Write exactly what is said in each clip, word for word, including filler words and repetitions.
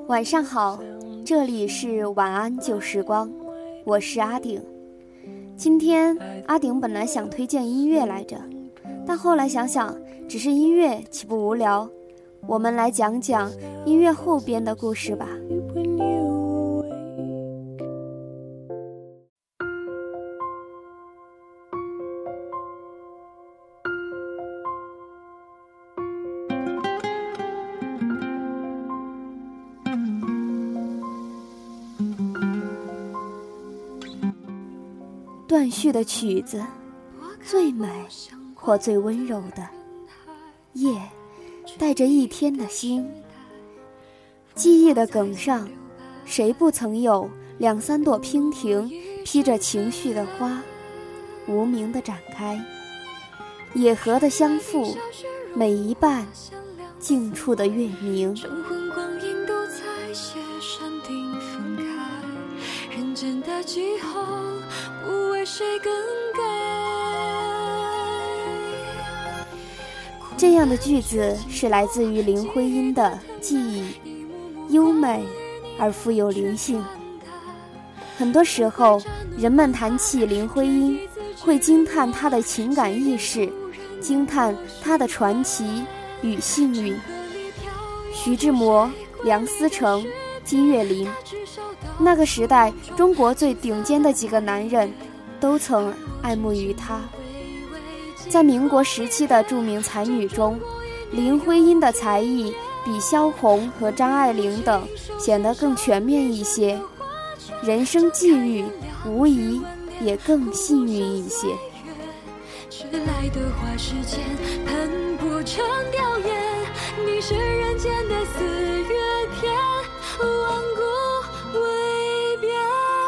晚上好，这里是晚安旧时光，我是阿顶。今天阿顶本来想推荐音乐来着，但后来想想只是音乐岂不无聊，我们来讲讲音乐后边的故事吧。断续的曲子，最美或最温柔的夜，带着一天的星。记忆的梗上，谁不曾有两三朵娉婷披着情绪的花，无名的展开。野河的相附，每一瓣静处的月明。 神魂光阴都在雪山顶分开，人间的气候不为谁更改。 这样的句子是来自于林徽因的《记忆》，优美而富有灵性。很多时候，人们谈起林徽因，会惊叹她的情感意识，惊叹她的传奇与幸运。徐志摩、梁思成、金岳霖，那个时代中国最顶尖的几个男人都曾爱慕于她。在民国时期的著名才女中，林徽因的才艺比萧红和张爱玲等显得更全面一些，人生际遇无疑也更幸运一些。 迟来的花时间喷薄成凋叶，你是人间的四月天，万古未变。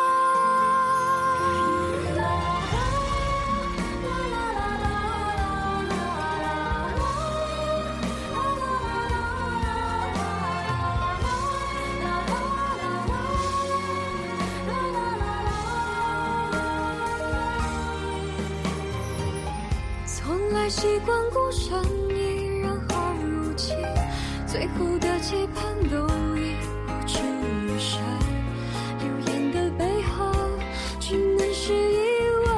从来习惯孤身依然好如期，最后的期盼都已不知于谁，流言的背后只能是意外。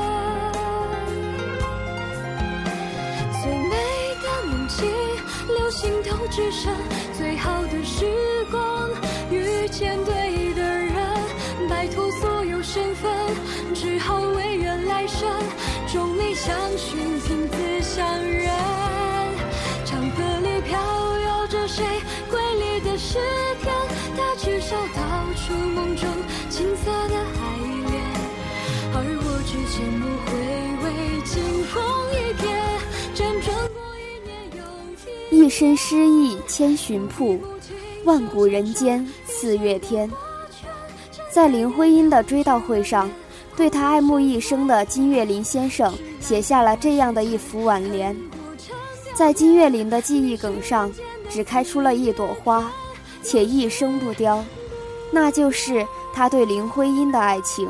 最美的梦境留心头只剩最好的时光，遇见对的人，摆脱所有身份，只好唯愿来生众里相寻，凭自相认。长河里飘摇着谁瑰丽的诗篇，他至少道出梦中青涩的爱恋，而我只缄默回味惊鸿一瞥，辗转过一年又一一身诗意千寻瀑，万古人间四月天。在林徽因的追悼会上，对她爱慕一生的金岳霖先生写下了这样的一幅挽联。在金岳霖的记忆梗上，只开出了一朵花，且一生不凋，那就是他对林徽因的爱情。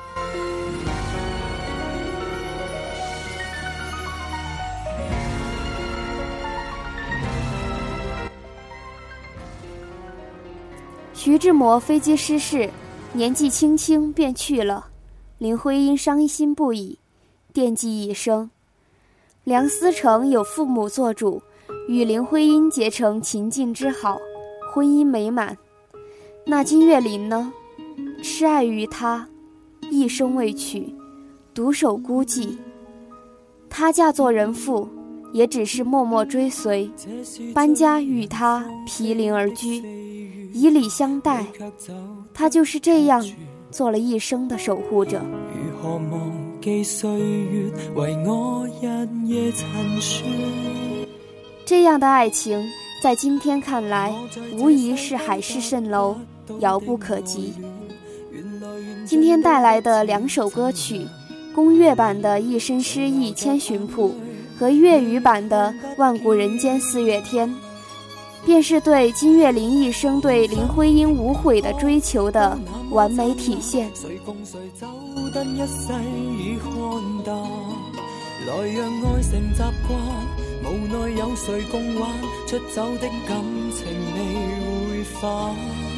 徐志摩飞机失事，年纪轻轻便去了，林徽因伤心不已，惦记一生。梁思成有父母做主，与林徽因结成秦晋之好，婚姻美满。那金岳霖呢？痴爱于他，一生未娶，独守孤寂。她嫁作人妇，也只是默默追随，搬家与他毗邻而居，以礼相待。他就是这样做了一生的守护者。 如何忘记岁月为我日夜陈述。 这样的爱情在今天看来无疑是海市蜃楼，遥不可及。今天带来的两首歌曲，宫乐版的一身诗意千寻瀑和粤语版的万古人间四月天，便是对金岳霖一生对林徽因无悔的追求的完美体现。 谁共谁走得一世已看淡，来让爱成习惯，无奈有谁共玩，出走的感情未回返。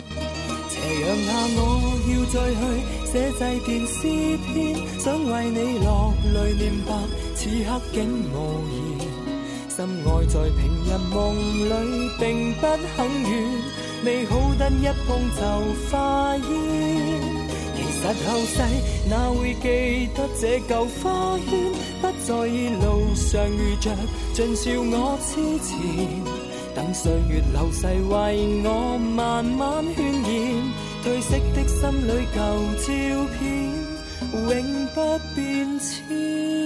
讓下我要再去寫祭奠詩篇，想為你落淚念白，此刻竟無言。心愛在平日夢裏並不很遠，美好得一碰就化煙。其實後世哪會記得這舊花圈，不在意路上遇着盡笑我痴纏，等歲月流逝為我慢慢渲染，褪色的心裏舊照片永不變遷。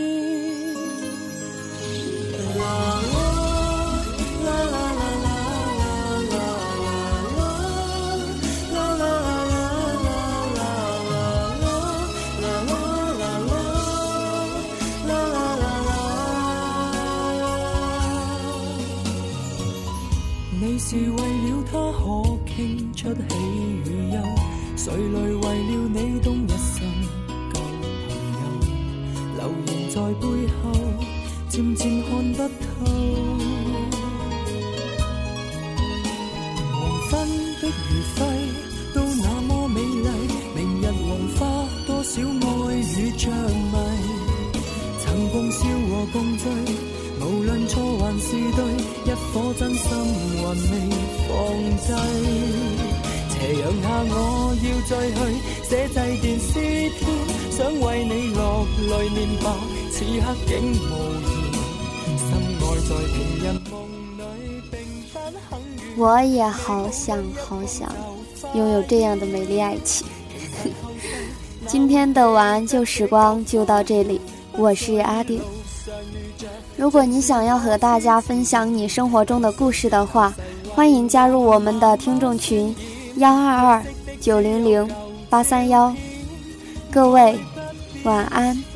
你是為了他可傾出喜與憂，誰來為了你懂一生舊朋友，流言在背後漸漸看不透。黃昏的餘暉都那麼美麗，明日黃花多少愛與着迷，曾共笑和共醉，無論錯還是對，一顆真心還未放低。斜陽下我要再去寫祭奠詩篇，想為你落淚念白，此刻竟無言。心愛在平日夢裏並不很遠。 我也好想好想擁有這樣的美麗愛情。今天的晚安舊時光就到這裡，我是阿丁。如果你想要和大家分享你生活中的故事的话，欢迎加入我们的听众群幺二二九零零八三幺。各位晚安。